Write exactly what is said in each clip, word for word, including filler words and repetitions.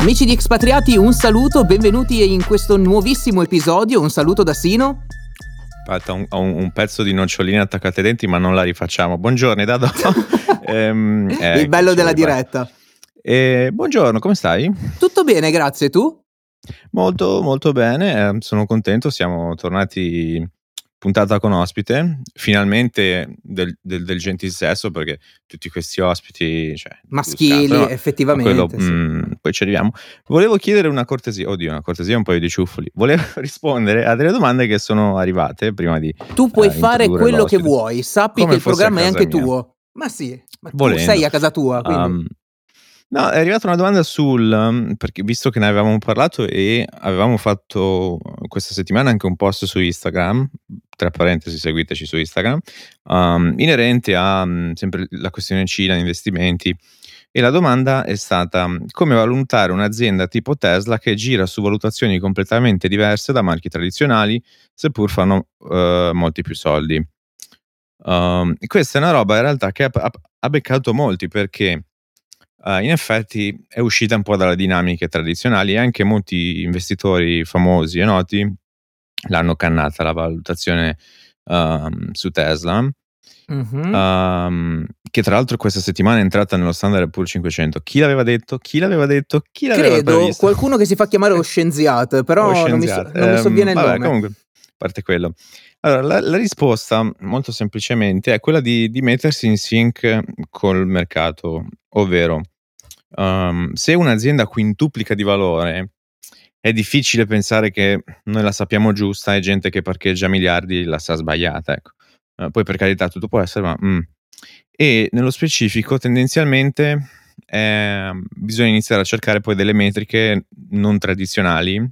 Amici di Expatriati, un saluto, benvenuti in questo nuovissimo episodio, un saluto da Sino. Aspetta, un- ho un, un pezzo di noccioline attaccate ai denti, ma non la rifacciamo. Buongiorno, Dado. Ehm, Il eccoci, bello della vai. diretta. Eh, buongiorno, come stai? Tutto bene, grazie, tu? Molto, molto bene, eh, sono contento, siamo tornati puntata con ospite, finalmente del, del, del gentil sesso, perché tutti questi ospiti, cioè, Maschili, scattano, ma quello, effettivamente, sì. mm, poi ci arriviamo. Volevo chiedere una cortesia, oddio, una cortesia, un paio di ciuffoli. Volevo rispondere a delle domande che sono arrivate prima di Tu puoi eh, fare introdurre quello che l'ospite. vuoi, sappi Come che il fosse a programma è casa anche mia. tuo. Ma sì, ma tu Volendo. sei a casa tua, quindi... Um, no, è arrivata una domanda sul um, perché visto che ne avevamo parlato e avevamo fatto questa settimana anche un post su Instagram, tra parentesi seguiteci su Instagram, um, inerente a um, sempre la questione Cina, investimenti, e la domanda è stata come valutare un'azienda tipo Tesla che gira su valutazioni completamente diverse da marchi tradizionali, seppur fanno uh, molti più soldi. Um, questa è una roba in realtà che ha, ha- ha beccato molti, perché uh, in effetti è uscita un po' dalle dinamiche tradizionali e anche molti investitori famosi e noti l'hanno cannata la valutazione um, su Tesla, Mhm. um, che tra l'altro questa settimana è entrata nello Standard and Poor's cinquecento. Chi l'aveva detto? Chi l'aveva detto? Chi l'aveva Credo previsto? qualcuno che si fa chiamare lo scienziato, però Oh, non mi, so- scienziato. non mi Ehm, sovviene il vabbè, nome. comunque, a parte quello. Allora, la, la risposta, molto semplicemente, è quella di, di mettersi in sync col mercato, ovvero um, se un'azienda quintuplica di valore, è difficile pensare che noi la sappiamo giusta e gente che parcheggia miliardi la sa sbagliata, ecco. Eh, poi per carità tutto può essere, ma... mm. E nello specifico tendenzialmente eh, bisogna iniziare a cercare poi delle metriche non tradizionali.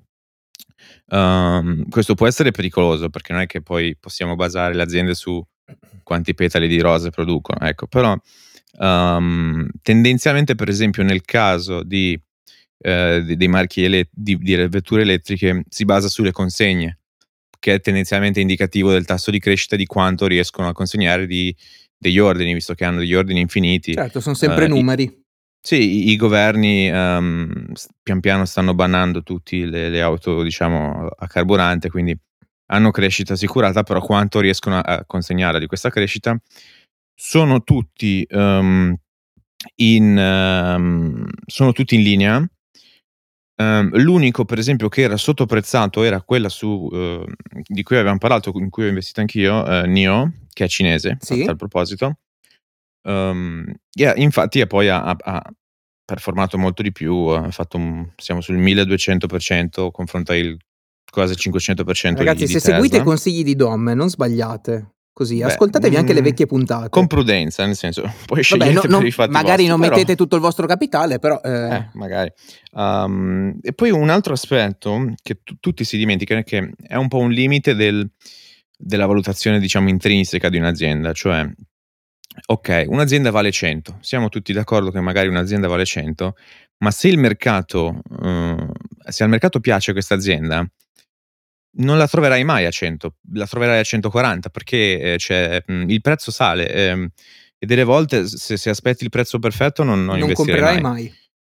Um, questo può essere pericoloso, perché non è che poi possiamo basare le aziende su quanti petali di rose producono, ecco. Però um, tendenzialmente, per esempio nel caso di, eh, di- dei marchi ele- di, di vetture elettriche, si basa sulle consegne, che è tendenzialmente indicativo del tasso di crescita, di quanto riescono a consegnare di, degli ordini, visto che hanno degli ordini infiniti. Certo, sono sempre Eh, i- numeri. sì, i, i governi ehm, s- pian piano stanno bannando tutte le, le auto, diciamo, a carburante, quindi hanno crescita assicurata, però quanto riescono a, a consegnare di questa crescita sono tutti ehm, in ehm, sono tutti in linea. Ehm, l'unico, per esempio, che era sottoprezzato era quella su ehm, di cui avevamo parlato, in cui ho investito anch'io, eh, N I O, che è cinese, a Sì? tal proposito. Ehm, e ha- infatti, e poi ha, ha- ha performato molto di più, ha fatto un- siamo sul milleduecento per cento confronto al quasi cinquecento per cento di, Ragazzi, di se seguite i Tesla. consigli di Dom, non sbagliate. Così, Beh, ascoltatevi anche le mm, vecchie con puntate. prudenza, nel senso, poi Vabbè, no- scegliete per non- i fatti magari vostri, non però... mettete tutto il vostro capitale, però... eh, Eh, magari. Um, e poi un altro aspetto che tu- tutti si dimenticano è che è un po' un limite del- della valutazione, diciamo, intrinseca di un'azienda. Cioè, ok, un'azienda vale cento, siamo tutti d'accordo che magari un'azienda vale cento, ma se il mercato, eh, se al mercato piace questa azienda, non la troverai mai a cento, la troverai a centoquaranta, perché eh, c'è, mh, il prezzo sale, ehm, e delle volte se, se aspetti il prezzo perfetto non, non non investirei comprerai mai. mai.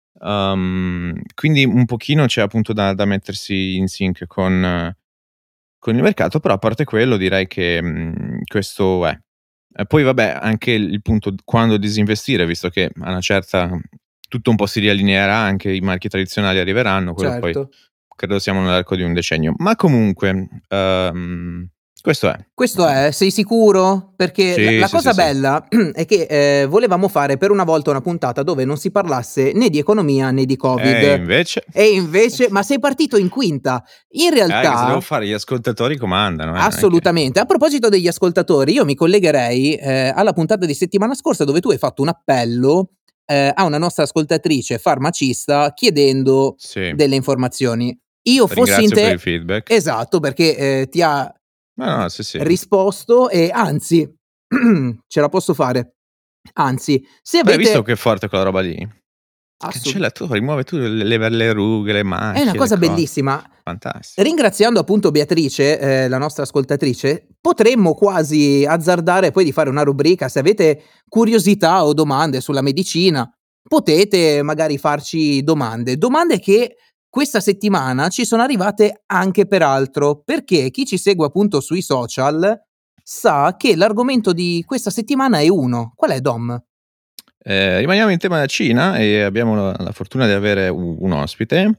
Um, quindi un pochino c'è appunto da, da mettersi in sync con, eh, con il mercato, però a parte quello direi che mh, questo è. E poi vabbè, anche il il punto d- quando disinvestire, visto che a una certa tutto un po' si riallineerà, anche i marchi tradizionali arriveranno, quello poi Certo. credo siamo nell'arco di un decennio. Ma comunque, ehm, questo è. Questo è, sei sicuro? Perché la, Sì, la sì, sì, cosa sì. bella è che eh, volevamo fare per una volta una puntata dove non si parlasse né di economia né di E Covid. invece... E invece, ma sei partito in quinta. In Eh, che se devo realtà, fare, gli ascoltatori comandano, eh, non è che... assolutamente. A proposito degli ascoltatori, io mi collegherei eh, alla puntata di settimana scorsa dove tu hai fatto un appello eh, a una nostra ascoltatrice farmacista chiedendo Sì, delle informazioni. Io fossi in ringrazio per il te, feedback. esatto, perché eh, ti ha No, no, sì, sì. risposto e anzi, ce la posso fare. Anzi, se Poi hai visto avete che è forte quella roba lì? assolut Cancella tu, rimuove tu le, le, le rughe, le è una macchie, le cosa cose. bellissima. Fantastico. Ringraziando appunto Beatrice, eh, la nostra ascoltatrice, potremmo quasi azzardare poi di fare una rubrica se avete curiosità o domande sulla medicina. potete magari farci domande, domande che questa settimana ci sono arrivate anche per altro, perché chi ci segue appunto sui social sa che l'argomento di questa settimana è uno. Qual è, Dom? Eh, rimaniamo in tema Cina e abbiamo la, la fortuna di avere un, un ospite.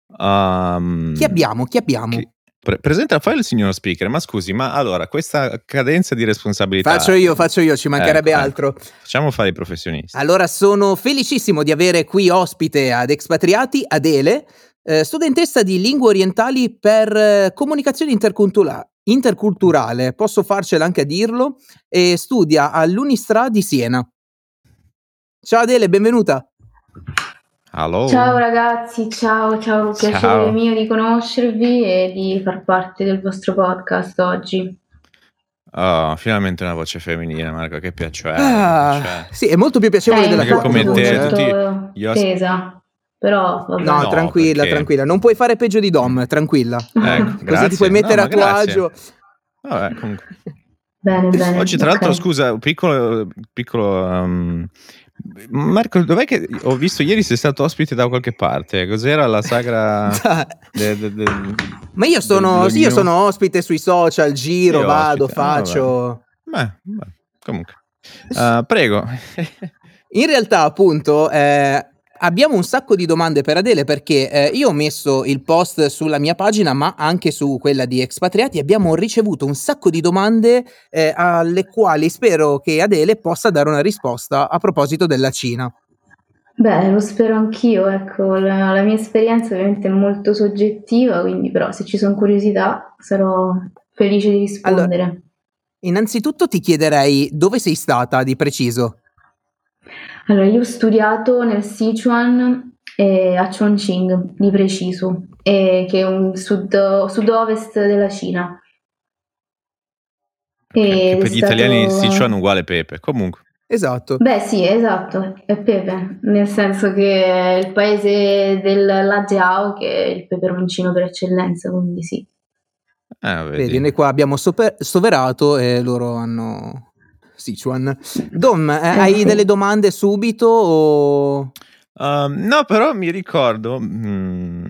Um, Chi abbiamo? Chi abbiamo? Che, pre- presenta, fai il signor speaker, ma scusi, ma allora, questa cadenza di responsabilità... Faccio io, faccio io, ci mancherebbe ecco, altro. Ecco. Facciamo fare i professionisti. Allora, sono felicissimo di avere qui ospite ad Expatriati Adele, eh, studentessa di lingue orientali per eh, comunicazione intercultura- interculturale, posso farcela anche a dirlo, e studia all'Unistra di Siena. Ciao Adele, benvenuta. Hello. Ciao ragazzi, ciao, ciao, Ciao. piacere mio di conoscervi e di far parte del vostro podcast oggi. Oh, finalmente una voce femminile, Marco, che piacere. Ah, che piacere. sì, è molto più piacevole Eh, della tua infatti come te, sono tutti molto gli os- tesa, però vabbè. No, No, tranquilla, perché? tranquilla, non puoi fare peggio di Dom, tranquilla. Ecco, Così grazie. ti puoi mettere No, a ma tuo grazie. agio. Vabbè, comunque. Bene, bene. Oggi, tra ok. l'altro, scusa, un piccolo, piccolo um, Marco, dov'è che ho visto ieri sei stato ospite da qualche parte? Cos'era la sagra? de, de, de, Ma io sono, del- sì, io new- sono ospite sui social, giro, Sì, vado, ospite. Ah, faccio. Beh, beh, comunque. Uh, prego. In realtà, appunto, eh, abbiamo un sacco di domande per Adele perché eh, io ho messo il post sulla mia pagina, ma anche su quella di Expatriati. Abbiamo ricevuto un sacco di domande eh, alle quali spero che Adele possa dare una risposta a proposito della Cina. Beh, lo spero anch'io, ecco, la, la mia esperienza ovviamente è molto soggettiva, quindi però se ci sono curiosità sarò felice di rispondere. Allora, innanzitutto ti chiederei dove sei stata di preciso? Allora, io ho studiato nel Sichuan e a Chongqing, di preciso, e che è un sud, sud-ovest della Cina. Okay, Ed che è per gli italiani stato- Sichuan uguale pepe. Comunque. Esatto. Beh sì, esatto, è pepe, nel senso che è il paese del Lajiao, che è il peperoncino per eccellenza, quindi sì. Ah, Vedi, vedi. noi qua abbiamo soper- soverato e loro hanno Sichuan. Dom, eh, hai sì. delle domande subito o... Um, no, però mi ricordo, mm,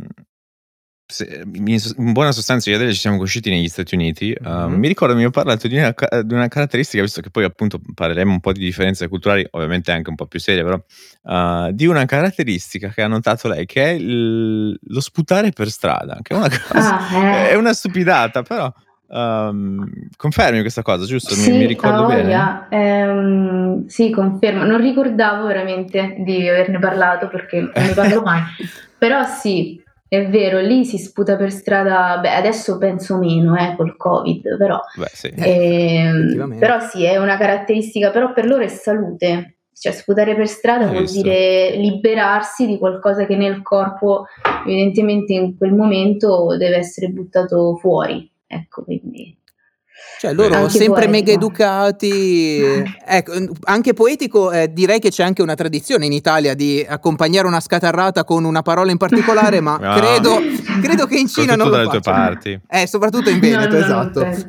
se- in, sos- in buona sostanza io e Adele ci siamo conosciuti negli Stati Uniti. um, Mhm. mi ricordo mi ho parlato di una, ca- di una caratteristica, visto che poi appunto parleremo un po' di differenze culturali, ovviamente anche un po' più serie, però uh, di una caratteristica che ha notato lei, che è il- lo sputare per strada, che è una cosa, Ah, eh. è una stupidata, però um, confermi questa cosa, giusto? Mi, Sì, mi ricordo ha bene? voglia. Ehm, sì, confermo. Non ricordavo veramente di averne parlato perché non ne parlo mai. Però sì, è vero, lì si sputa per strada. Beh, adesso penso meno, eh, col Covid, però. Beh, sì. Ehm, effettivamente. però sì, è una caratteristica, però per loro è salute. Cioè, sputare per strada Hai vuol visto? dire liberarsi di qualcosa che nel corpo, evidentemente in quel momento, deve essere buttato fuori. Ecco, quindi. Cioè, loro Anche sempre mega poetico. educati. Ecco, anche poetico, eh, direi che c'è anche una tradizione in Italia di accompagnare una scatarrata con una parola in particolare, ma Ah. credo, credo che in Cina non Soprattutto lo dalle tue facciano. parti. Eh, soprattutto in Veneto, No, no, non esatto. penso.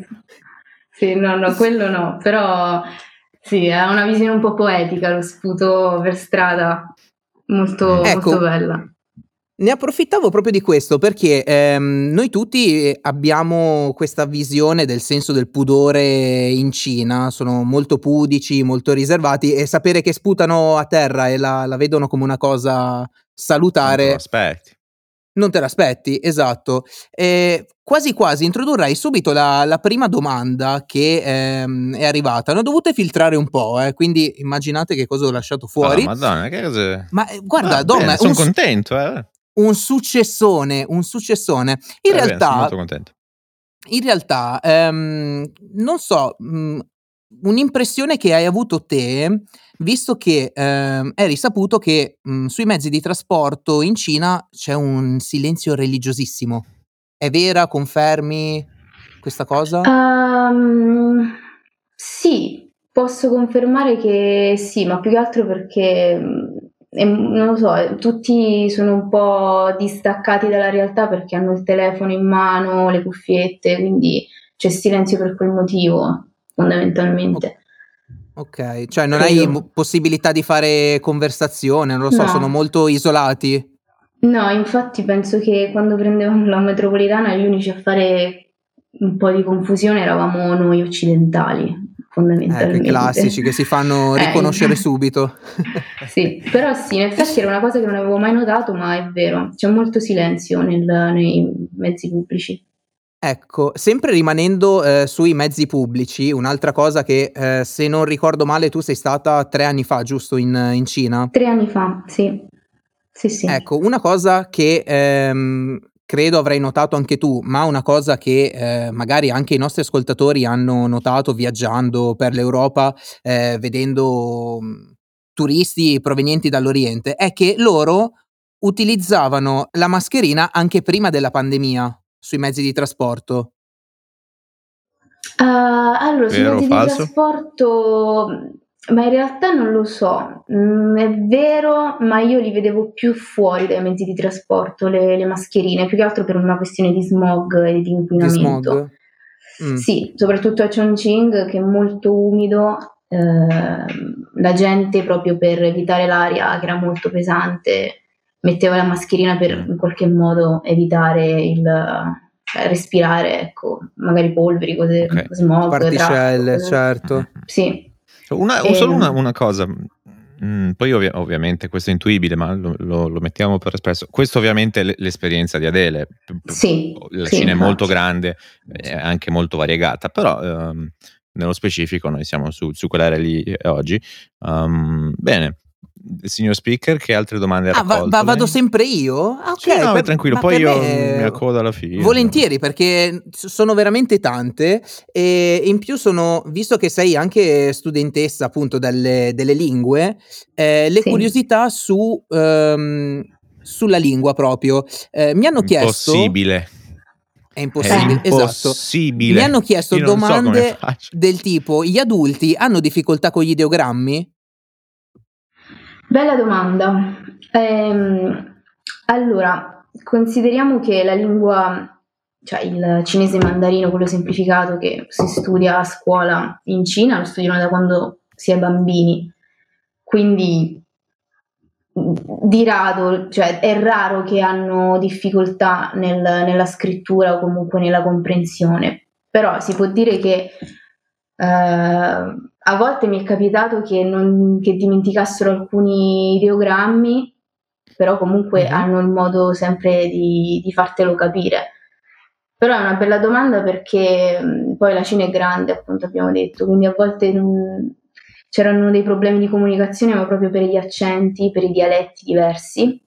Sì, no, no, quello no, però sì, ha una visione un po' poetica lo sputo per strada, molto, Mm. Ecco, molto bella. ne approfittavo proprio di questo perché ehm, noi tutti abbiamo questa visione del senso del pudore in Cina, sono molto pudici, molto riservati e sapere che sputano a terra e la, la vedono come una cosa Non te lo salutare aspetti. non te l'aspetti, esatto. E quasi quasi introdurrai subito la, la prima domanda che ehm, è arrivata. Ne ho dovute filtrare un po', eh, quindi immaginate che cosa ho lasciato Oh, fuori. Madonna, che cose... Ma eh, guarda, Va Dom, bene, un, sono su- contento, eh. un successone, un successone. In Va bene, sono molto realtà, contento. in realtà, ehm, non so, mh, un'impressione che hai avuto te, visto che ehm, è risaputo che mh, sui mezzi di trasporto in Cina c'è un silenzio religiosissimo. È vera? Confermi questa cosa? Ehm, sì, posso confermare che sì, ma più che altro perché, mh, em- non lo so, eh, tutti sono un po' distaccati dalla realtà perché hanno il telefono in mano, le cuffiette, quindi c'è silenzio per quel motivo, fondamentalmente. Ok, cioè non hai Credo. mo- possibilità di fare conversazione, non lo so, sono No. molto isolati. No, infatti penso che quando prendevamo la metropolitana gli unici a fare un po' di confusione eravamo noi occidentali, Ecco, i fondamentalmente. classici che si fanno Eh, riconoscere infatti. subito. Sì, però sì, in effetti era una cosa che non avevo mai notato, ma è vero, c'è molto silenzio nel- nei mezzi pubblici. Ecco, sempre rimanendo eh, sui mezzi pubblici, un'altra cosa che eh, se non ricordo male tu sei stata tre anni fa, giusto, in, in Cina? Tre anni fa, sì, sì, sì. Ecco, una cosa che ehm, credo avrai notato anche tu, ma una cosa che eh, magari anche i nostri ascoltatori hanno notato viaggiando per l'Europa, eh, vedendo mh, turisti provenienti dall'Oriente, è che loro utilizzavano la mascherina anche prima della pandemia sui mezzi di trasporto. Ah, allora, sui Vero o mezzi di falso? trasporto, mh, ma in realtà non lo so. Mm, è vero, ma io li vedevo più fuori dai mezzi di trasporto, le, le mascherine, più che altro per una questione di smog e di Di inquinamento. smog? Mm. Sì, soprattutto a Chongqing, che è molto umido, ehm, la gente proprio per evitare l'aria che era molto pesante metteva la mascherina per Mm. in qualche modo evitare il eh, respirare, ecco, magari polveri, cose, Ok. smog, traffico, Particelle, cose- certo. Sì. Una, E- solo una, una cosa, mm, poi ovvia- ovviamente questo è intuibile, ma lo, lo- lo mettiamo per espresso. Questo ovviamente è l- l'esperienza di Adele. P- p- Sì, La sì, Cina è molto infatti. grande, è anche molto variegata, però ehm, nello specifico noi siamo su, su quell'area lì eh, oggi. Um, bene, signor speaker, che altre domande ha Ah, va, raccolto va- vado lei? sempre io? Ah, Sì, ok, no, per- tranquillo, ma poi per io mm, mi me accodo alla fine. volentieri perché s- sono veramente tante e in più sono, visto che sei anche studentessa appunto delle, delle lingue, eh, le Sì. curiosità su, ehm, sulla lingua proprio. Eh, mi hanno chiesto, Impossibile. è È impossibile, esatto, impossibile. mi hanno chiesto Io non so come domande faccio. del tipo, gli adulti hanno difficoltà con gli ideogrammi? Bella domanda. Ehm, allora, consideriamo che la lingua, cioè il cinese mandarino, quello semplificato che si studia a scuola in Cina, lo studiano da quando si è bambini, quindi mh, di rado, cioè è raro che hanno difficoltà nel- nella scrittura o comunque nella comprensione, però si può dire che eh, a volte mi è capitato che, non, che dimenticassero alcuni ideogrammi, però comunque Mhm. hanno il modo sempre di, di fartelo capire. Però è una bella domanda perché mh, poi la Cina è grande, appunto abbiamo detto, quindi a volte non- c'erano dei problemi di comunicazione, ma proprio per gli accenti, per i dialetti diversi.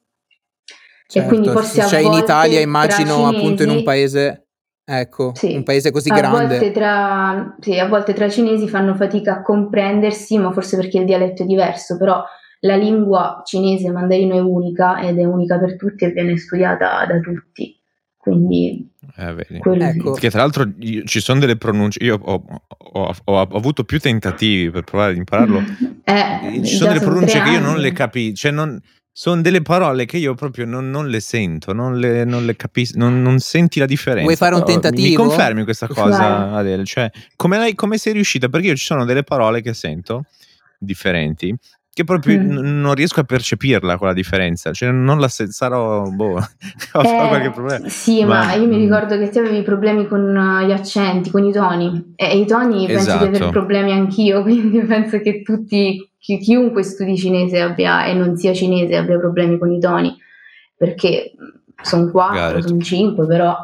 E quindi Certo, forse se a sei in Italia, volte tra immagino appunto in un cinesi, paese, ecco, un sì, paese così a volte grande. tra, sì, a volte tra cinesi fanno fatica a comprendersi, ma forse perché il dialetto è diverso, però la lingua cinese mandarino è unica ed è unica per tutti e viene studiata da tutti. Quindi Eh, vedi. quello sì. Ecco, Che tra l'altro io- ci sono delle pronunce. Io ho, ho- ho- ho avuto più tentativi per provare ad impararlo. Eh, Ci sono già delle sono tre pronunce che io non le anni. capisco. Cioè, non, sono delle parole che io proprio non, non le sento, non le, non le capisco, non, non senti la vuoi differenza. fare un Però mi, mi tentativo? confermi questa Vai. cosa, Adele? Cioè, come, lei, come sei riuscita? Perché io ci sono delle parole che sento differenti che proprio Mm. n- non riesco a percepirla quella differenza, cioè non la se- sarò boh, avrò qualche problema, Eh, sì, ma ma io mi mm, ricordo che te avevi problemi con eh, gli accenti, con i toni. E i toni penso di aver esatto. problemi anch'io, quindi penso che tutti, chi- chiunque studi cinese abbia, e non sia cinese abbia problemi con i toni, perché sono Got quattro, it. sono cinque, però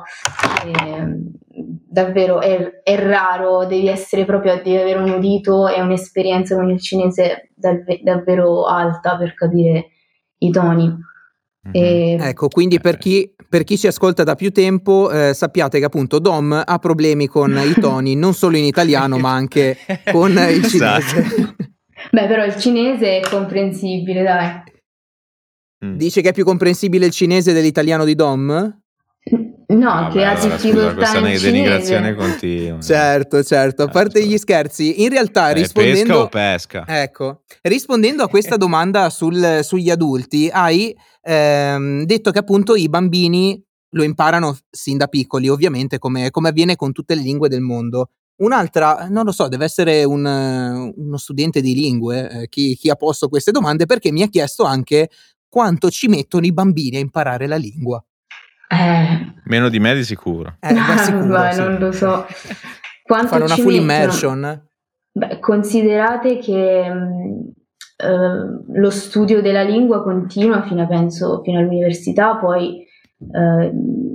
ehm, davvero è, è raro, devi essere proprio, devi avere un udito e un'esperienza con il cinese davve- davvero alta per capire i toni. Mhm. E- Ecco, quindi per Eh, chi, per chi ci ascolta da più tempo, eh, sappiate che appunto Dom ha problemi con i toni, non solo in italiano, ma anche con il cinese. Esatto. Beh, però il cinese è comprensibile, dai. Mm. Dice che è più comprensibile il cinese dell'italiano di Dom? No, Ah, che beh, ha allora scusa, difficoltà questa nel denigrazione cinese. continua. Certo, certo, a Ah, parte gli cioè, scherzi, in realtà è pesca o rispondendo, pesca? ecco, rispondendo a questa domanda sul- sugli adulti, hai ehm, detto che appunto i bambini lo imparano sin da piccoli, ovviamente come, come avviene con tutte le lingue del mondo. Un'altra, non lo so, deve essere un, uno studente di lingue, eh, chi, chi ha posto queste domande, perché mi ha chiesto anche quanto ci mettono i bambini a imparare la lingua. Eh, Meno di me di sicuro. Eh, beh, sicuro, vai, sì. non lo so. Quanto Fanno una ci full mettono? immersion? Beh, considerate che mh, eh, lo studio della lingua continua fino a, penso, fino all'università, poi eh,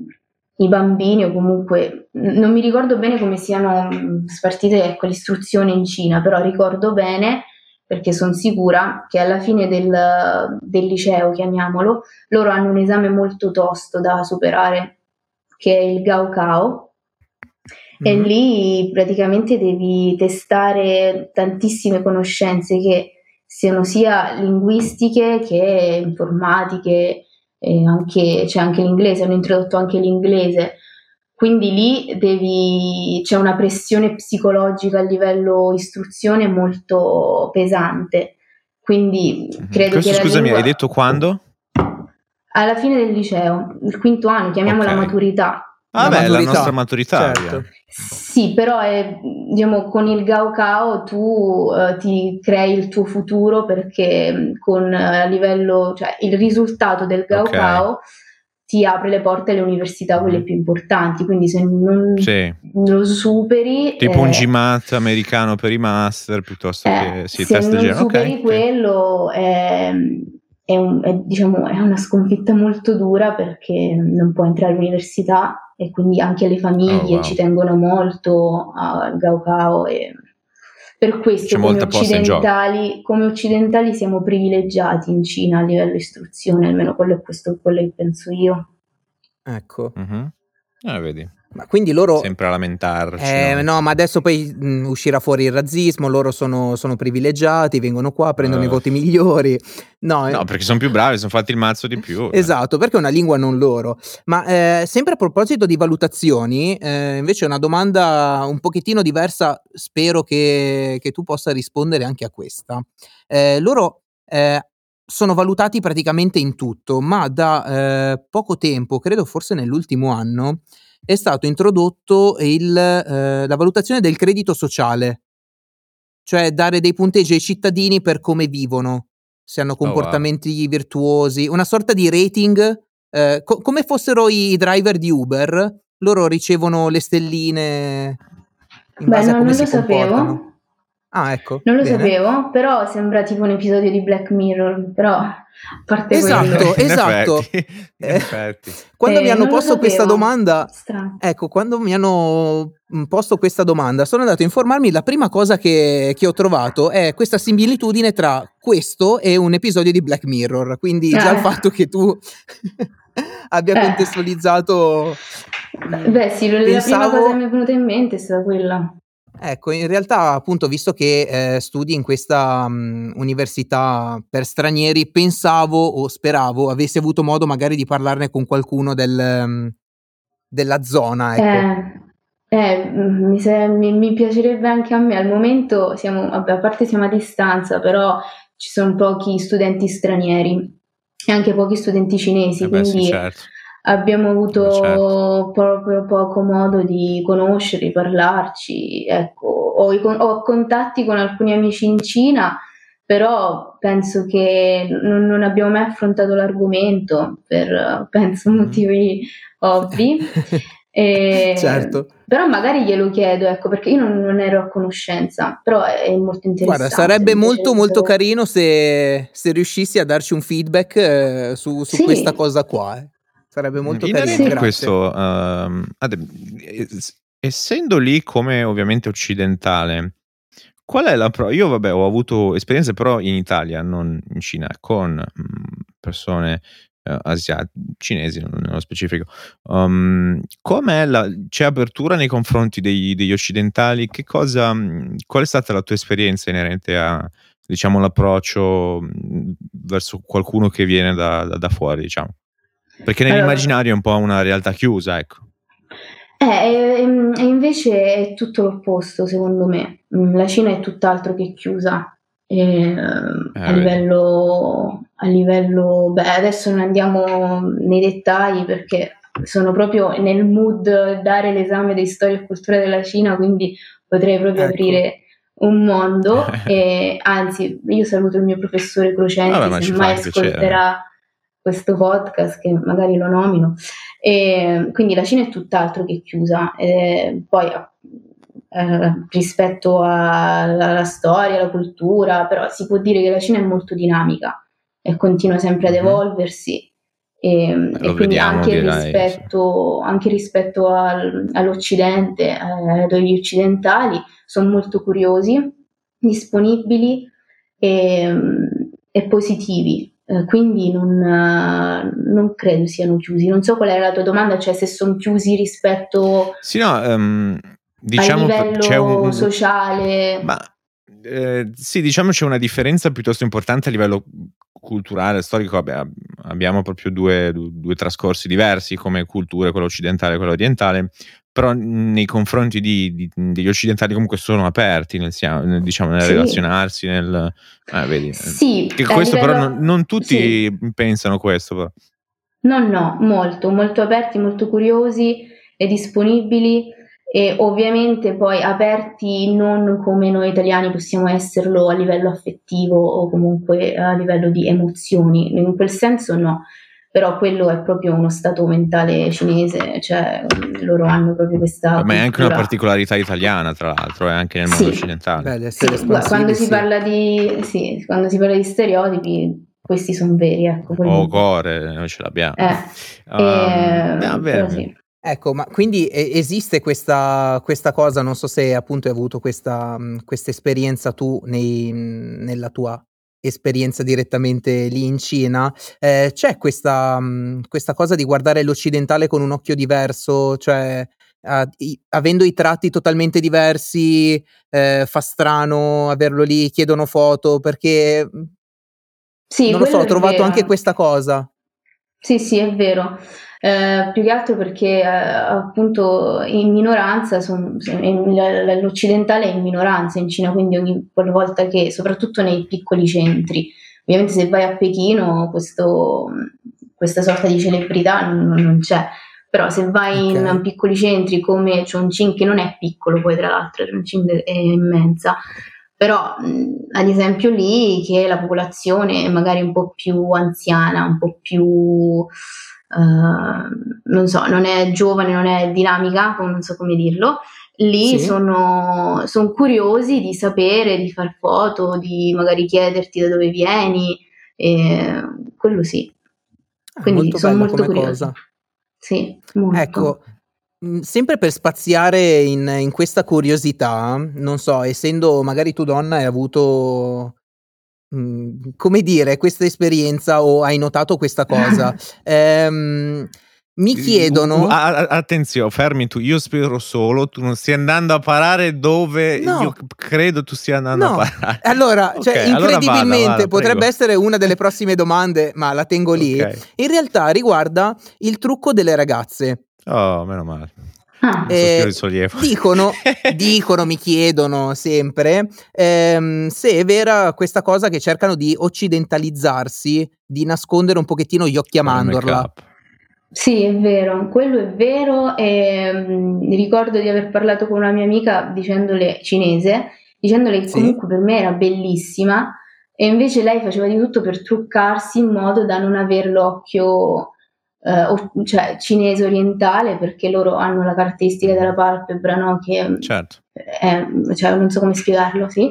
i bambini o comunque, non mi ricordo bene come siano mh, spartite, ecco, l'istruzione in Cina, però ricordo bene, perché sono sicura, che alla fine del, del liceo, chiamiamolo, loro hanno un esame molto tosto da superare, che è il Gaokao, e Mhm. lì praticamente devi testare tantissime conoscenze che siano sia linguistiche che informatiche, e anche, c'è anche l'inglese, hanno introdotto anche l'inglese. Quindi lì devi, c'è una pressione psicologica a livello istruzione molto pesante. Quindi Mhm. credo Questo, che la scusami, lingua hai detto quando? alla fine del liceo, il quinto anno, chiamiamola Ok. maturità. Ah La beh, la maturità, nostra maturità, certo. via. Sì, però è, diciamo, con il Gaokao tu eh, ti crei il tuo futuro perché mh, con eh, a livello, cioè il risultato del Ok. Gaokao ti apre le porte alle università, quelle Mhm. più importanti, quindi se non Sì, lo superi, tipo un eh, GMAT americano per i master piuttosto eh, che sì, se test del non genere. Ok, superi ok. quello è, è un- è, diciamo, è una sconfitta molto dura perché non puoi entrare all'università e quindi anche le Oh famiglie wow. ci tengono molto al Gaokao e per questo C'è come molta posta in gioco. occidentali, come occidentali siamo privilegiati in Cina a livello istruzione, almeno quello è questo, quello che penso io. Ecco. Mhm. Eh, vedi, Ma quindi loro... sempre a lamentarci Eh, noi. no, ma adesso poi mh, uscirà fuori il razzismo, loro sono, sono privilegiati, vengono qua, prendono i Eh, voti migliori. No, no, eh, perché sono più bravi, sono fatti il mazzo di più. dai. esatto, perché è una lingua non loro. Ma eh, sempre a proposito di valutazioni, eh, invece una domanda un pochettino diversa, spero che, che tu possa rispondere anche a questa. Eh, loro eh, sono valutati praticamente in tutto, ma da eh, poco tempo, credo forse nell'ultimo anno, è stato introdotto il, eh, la valutazione del credito sociale, cioè dare dei punteggi ai cittadini per come vivono, se hanno Oh wow. comportamenti virtuosi, una sorta di rating, eh, co- come fossero i driver di Uber, loro ricevono le stelline in Beh, base a no, come non lo si comportano. sapevo. Ah, ecco, Non lo bene. sapevo, però sembra tipo un episodio di Black Mirror, però a parte quello, Esatto, In esatto. effetti, in Eh, effetti. quando mi eh, hanno non lo posto questa sapevo. domanda, Strano. ecco, quando mi hanno mm, posto questa domanda, sono andato a informarmi. La prima cosa che, che ho trovato è questa similitudine tra questo e un episodio di Black Mirror. Quindi già il Eh, fatto che tu abbia eh. contestualizzato, mm, Beh, sì, la prima cosa che mi pensavo. è venuta in mente è stata quella. Ecco, in realtà appunto visto che, ehm, studi in questa, mhmm, università per stranieri, pensavo o speravo avessi avuto modo magari di parlarne con qualcuno del mhmm, della zona, ecco. Eh, eh, mm, mi, se- mi- mi piacerebbe anche a me. Al momento siamo, vabbè, a parte siamo a distanza, però ci sono pochi studenti stranieri e anche pochi studenti cinesi, Eh beh sì, quindi certo. abbiamo Eh beh, certo. avuto proprio poco modo di conoscerli, parlarci. Ecco, ho, i con- ho contatti con alcuni amici in Cina, però penso che non, non abbiamo mai affrontato l'argomento per, eh, penso, Mhm. motivi ovvi. E- Certo. però magari glielo chiedo, ecco, perché io non, non ero a conoscenza, però è, è molto Guarda, interessante, sarebbe mi molto, piacerebbe molto sapere. carino se se riuscissi a darci un feedback, ehm, su su questa Sì, cosa qua, eh. Sarebbe Mm, molto carino, Inerente a sì. grazie. questo, ehm, Ade, es- essendo lì come ovviamente occidentale, qual è la pro? Io vabbè ho avuto esperienze però in Italia, non in Cina, con mm, persone eh, asiatiche, cinesi non- nello specifico. Um, com'è la, c'è apertura nei confronti dei- degli occidentali? Che cosa, mm, qual è stata la tua esperienza inerente a, diciamo, l'approccio mm, verso qualcuno che viene da, da- da fuori, diciamo? Perché Allora, nell'immaginario è un po' una realtà chiusa, ecco. Eh, e, e invece è tutto l'opposto, secondo me. Mm, La Cina è tutt'altro che chiusa. E, ehm, a Eh, vedi. livello, a livello, beh, adesso non andiamo nei dettagli perché sono proprio nel mood dare l'esame di storia e cultura della Cina, quindi potrei proprio Ecco. aprire un mondo, e anzi io saluto il mio professore Crocenti, Vabbè, ma se ci fa mai anche piacere. ascolterà questo podcast, che magari lo nomino. E quindi la Cina è tutt'altro che chiusa, e poi eh, rispetto alla, alla storia, alla cultura, però si può dire che la Cina è molto dinamica e continua sempre ad Mhm. evolversi, e, Beh, e lo quindi vediamo, anche direi, sì. rispetto, anche rispetto al- all'Occidente, eh, agli occidentali, sono molto curiosi, disponibili e, e positivi. Eh, quindi non, eh, non credo siano chiusi. Non so qual era la tua domanda, cioè se sono chiusi rispetto Sì, no, ehm, al diciamo p- c'è un, livello un- sociale. ma eh, sì, diciamo c'è una differenza piuttosto importante a livello culturale, storico. Vabbè, abbiamo proprio due, du- due trascorsi diversi come culture, quello occidentale e quello orientale, però nei confronti di- di- degli occidentali comunque sono aperti nel, sia- nel- diciamo, nel Sì. relazionarsi, nel, eh, vedi, eh, Sì, che a questo però livello- non, non tutti sì. pensano questo, però. No, no, molto, molto aperti, molto curiosi e disponibili, e ovviamente poi aperti non come noi italiani possiamo esserlo a livello affettivo o comunque a livello di emozioni, in quel senso no, però quello è proprio uno stato mentale cinese, cioè loro hanno proprio questa Ma è anche una cultura. particolarità italiana, tra l'altro, è anche nel mondo Sì. occidentale. Beh, Sì, essere guarda, quando espansivi, si sì. parla di sì, quando si parla di stereotipi, questi sono veri, ecco, quelli- O core, noi ce l'abbiamo. Eh, Um, eh, no, però bene, sì. bene. Ecco, ma quindi e- esiste questa, questa cosa, non so se appunto hai avuto questa mh, questa esperienza tu nei- mh, nella tua esperienza direttamente lì in Cina, eh, c'è questa, mh, questa cosa di guardare l'occidentale con un occhio diverso, cioè a- i- avendo i tratti totalmente diversi, eh, fa strano averlo lì, chiedono foto, perché mh, Sì, non lo so, quello ho è trovato anche vero. questa cosa. Sì, sì, è vero. Eh, più che altro perché eh, appunto in minoranza, son- son- in- l- l'occidentale è in minoranza in Cina, quindi ogni volta che, soprattutto nei piccoli centri, ovviamente se vai a Pechino questo, questa sorta di celebrità non, non c'è, però se vai in Ok. piccoli centri come Chongqing, che non è piccolo poi tra l'altro, Chongqing è immensa, però mh, ad esempio lì che la popolazione è magari un po' più anziana, un po' più, eh, non so, non è giovane, non è dinamica, non so come dirlo, lì Sì? sono, sono curiosi di sapere, di far foto, di magari chiederti da dove vieni, e quello sì. Ah, Quindi molto sono bella molto come curiosi. cosa. Sì, molto. Ecco, mhmm, sempre per spaziare in in questa curiosità, non so, essendo magari tu donna hai avuto, mhmm, come dire, questa esperienza o hai notato questa cosa, ehm, mi I- u- u- chiedono. a- a- Attenzione, fermi tu. Io spero solo tu non stia andando a parare dove io No, c- credo tu stia andando a no. parare. Allora, Ok, cioè allora vada, incredibilmente vada, potrebbe prego. essere una delle prossime domande, ma la tengo lì, Ok. in realtà riguarda il trucco delle ragazze. Oh, meno male. Ah, Un sospiro Ehm, di sollievo. dicono dicono, mi chiedono sempre, ehm, se è vera questa cosa che cercano di occidentalizzarsi, di nascondere un pochettino gli occhi a Con il mandorla. make-up. sì, è vero, quello è vero, e mm, mi ricordo di aver parlato con una mia amica dicendole cinese, dicendole che Sì? comunque per me era bellissima, e invece lei faceva di tutto per truccarsi in modo da non aver l'occhio, eh, o- cioè cinese orientale, perché loro hanno la caratteristica della palpebra, no? Che mm, Certo. è, cioè, non so come spiegarlo, sì.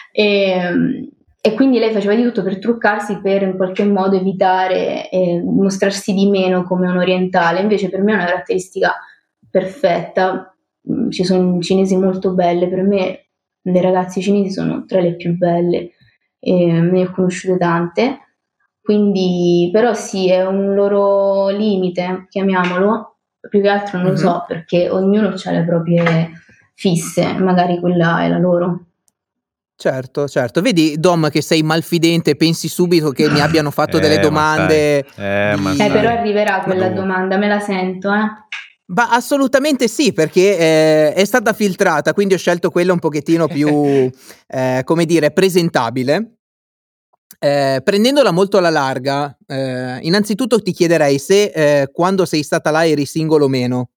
E, mm, e quindi lei faceva di tutto per truccarsi, per in qualche modo evitare e mostrarsi di meno come un orientale. Invece per me è una caratteristica perfetta. Mm, Ci sono cinesi molto belle, per me le ragazze cinesi sono tra le più belle, e ne ho conosciute tante. Quindi, però sì, è un loro limite, chiamiamolo, più che altro non lo Mh-mh. so, perché ognuno ha le proprie fisse, magari quella è la loro. Certo, certo. Vedi Dom che sei malfidente, pensi subito che mi abbiano fatto delle Eh, ma sai. domande Eh, ma Eh, però di sai. arriverà ma quella Dovuto. domanda, me la sento, eh. ma assolutamente sì, perché, ehm, è stata filtrata, quindi ho scelto quella un pochettino più, ehm, come dire, presentabile. eh, prendendola molto alla larga, eh, innanzitutto ti chiederei se eh, quando sei stata là eri single o meno.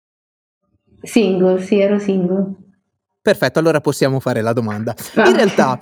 Single, sì, ero single. Perfetto, allora possiamo fare la domanda. In realtà,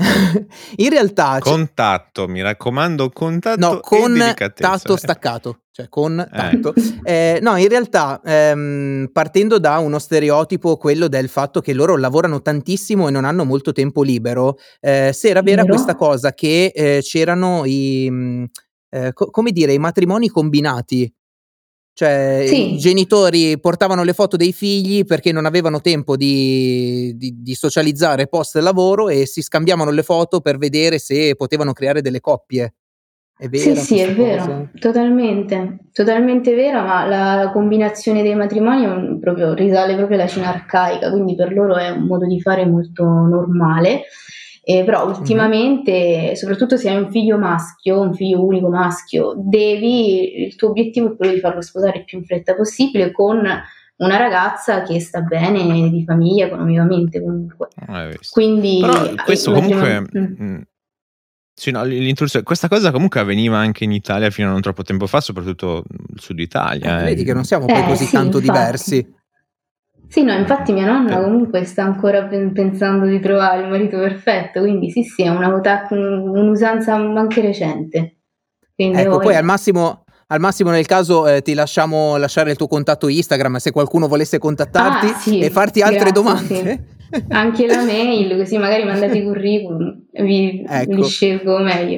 in realtà c- Contatto, mi raccomando, contatto no, e con delicatezza. tatto eh. staccato, cioè con tatto. Eh, no, in realtà, ehm, partendo da uno stereotipo, quello del fatto che loro lavorano tantissimo e non hanno molto tempo libero, eh, se era vera Vero? questa cosa che eh, c'erano i, mh, eh, co- come dire, i matrimoni combinati. Cioè Sì. i genitori portavano le foto dei figli perché non avevano tempo di, di, di socializzare post lavoro e si scambiavano le foto per vedere se potevano creare delle coppie. È Sì, vera sì, questa è cosa? vero, totalmente, totalmente vera, ma la combinazione dei matrimoni è un- proprio, risale proprio alla Cina arcaica, quindi per loro è un modo di fare molto normale. Eh, però ultimamente, soprattutto se hai un figlio maschio, un figlio unico maschio, devi, il tuo obiettivo è quello di farlo sposare il più in fretta possibile con una ragazza che sta bene di famiglia, economicamente comunque. Ah, hai visto. Quindi Però eh, questo il comunque matrimonio- mm. mh, sì, no, l- l'intrusione- questa cosa comunque avveniva anche in Italia fino a non troppo tempo fa, soprattutto il sud Italia. Eh, eh, vedi che il- non siamo poi Eh, così sì, tanto infatti. diversi. Sì, no, infatti mia nonna Per- comunque sta ancora pen- pensando di trovare il marito perfetto, quindi sì, sì, è una vota- un'usanza anche recente. Quindi Ecco, poi voi... al massimo, al massimo nel caso eh, ti lasciamo lasciare il tuo contatto Instagram se qualcuno volesse Ah, contattarti sì, e farti altre grazie, domande. sì. Anche la mail, così magari mandate i curriculum, vi, li Ecco, scelgo meglio.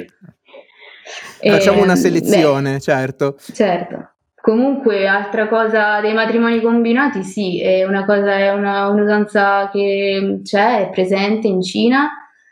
facciamo una Ehm, selezione, beh, certo. certo. Comunque, altra cosa dei matrimoni combinati, sì, è una cosa, è una, un'usanza che c'è, è presente in Cina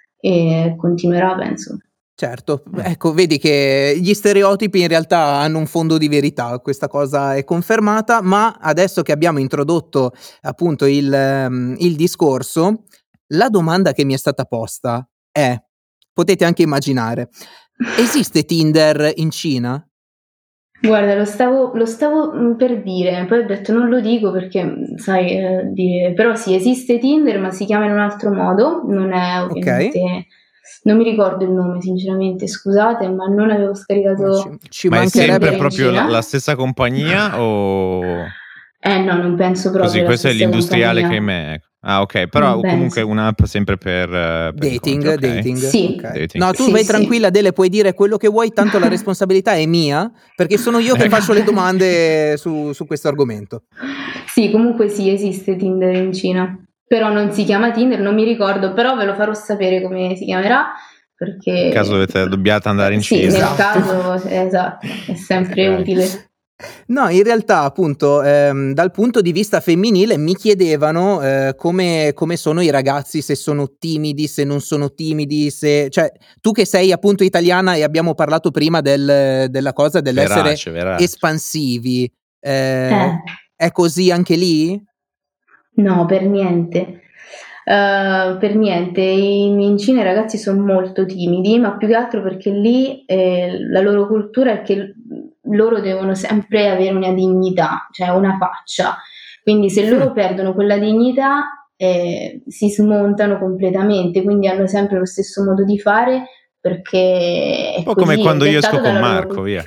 e continuerà, penso. Certo, ecco, vedi che gli stereotipi in realtà hanno un fondo di verità, questa cosa è confermata, ma adesso che abbiamo introdotto appunto il, ehm, il discorso, la domanda che mi è stata posta è, potete anche immaginare, esiste Tinder in Cina? Guarda, lo stavo, lo stavo mm, per dire, poi ho detto non lo dico perché, mm, sai, eh, dire- però sì, esiste Tinder, ma si chiama in un altro modo, non è Ok, ovviamente, non mi ricordo il nome sinceramente, scusate, ma non avevo ma ci, scaricato ci Ma è Tinder sempre in mancherebbe. proprio la, Cina. la stessa compagnia o Eh no, non penso così? proprio alla Questo è stessa l'industriale che compagnia, me. Ah, ok, non però comunque penso. un'app sempre per, eh, per incontri, Dating, ok? dating, Sì, ok. Dating. No, tu sì, vai sì. tranquilla, Dele, puoi dire quello che vuoi, tanto la responsabilità è mia, perché sono io che Ecco. faccio le domande su, su questo argomento. Sì, comunque sì, esiste Tinder in Cina, però non si chiama Tinder, non mi ricordo, però ve lo farò sapere come si chiamerà, In caso perché dovete, dobbiate andare in sì, Cina. nel Esatto. caso, esatto, è sempre Ok. utile. No, in realtà, appunto, ehm, dal punto di vista femminile mi chiedevano eh, come, come sono i ragazzi, se sono timidi, se non sono timidi, se... Cioè, tu che sei appunto italiana e abbiamo parlato prima del- della cosa dell'essere Verace, verace. espansivi, eh, Eh, è così anche lì? no, per niente. Uh, per niente, in, in Cina i ragazzi sono molto timidi, ma più che altro perché lì eh, la loro cultura è che l- loro devono sempre avere una dignità, cioè una faccia. Quindi se loro Mm. perdono quella dignità eh, si smontano completamente, quindi hanno sempre lo stesso modo di fare perché è Un po' come così, è quando io esco dettato con dalla loro Marco, cultura. via.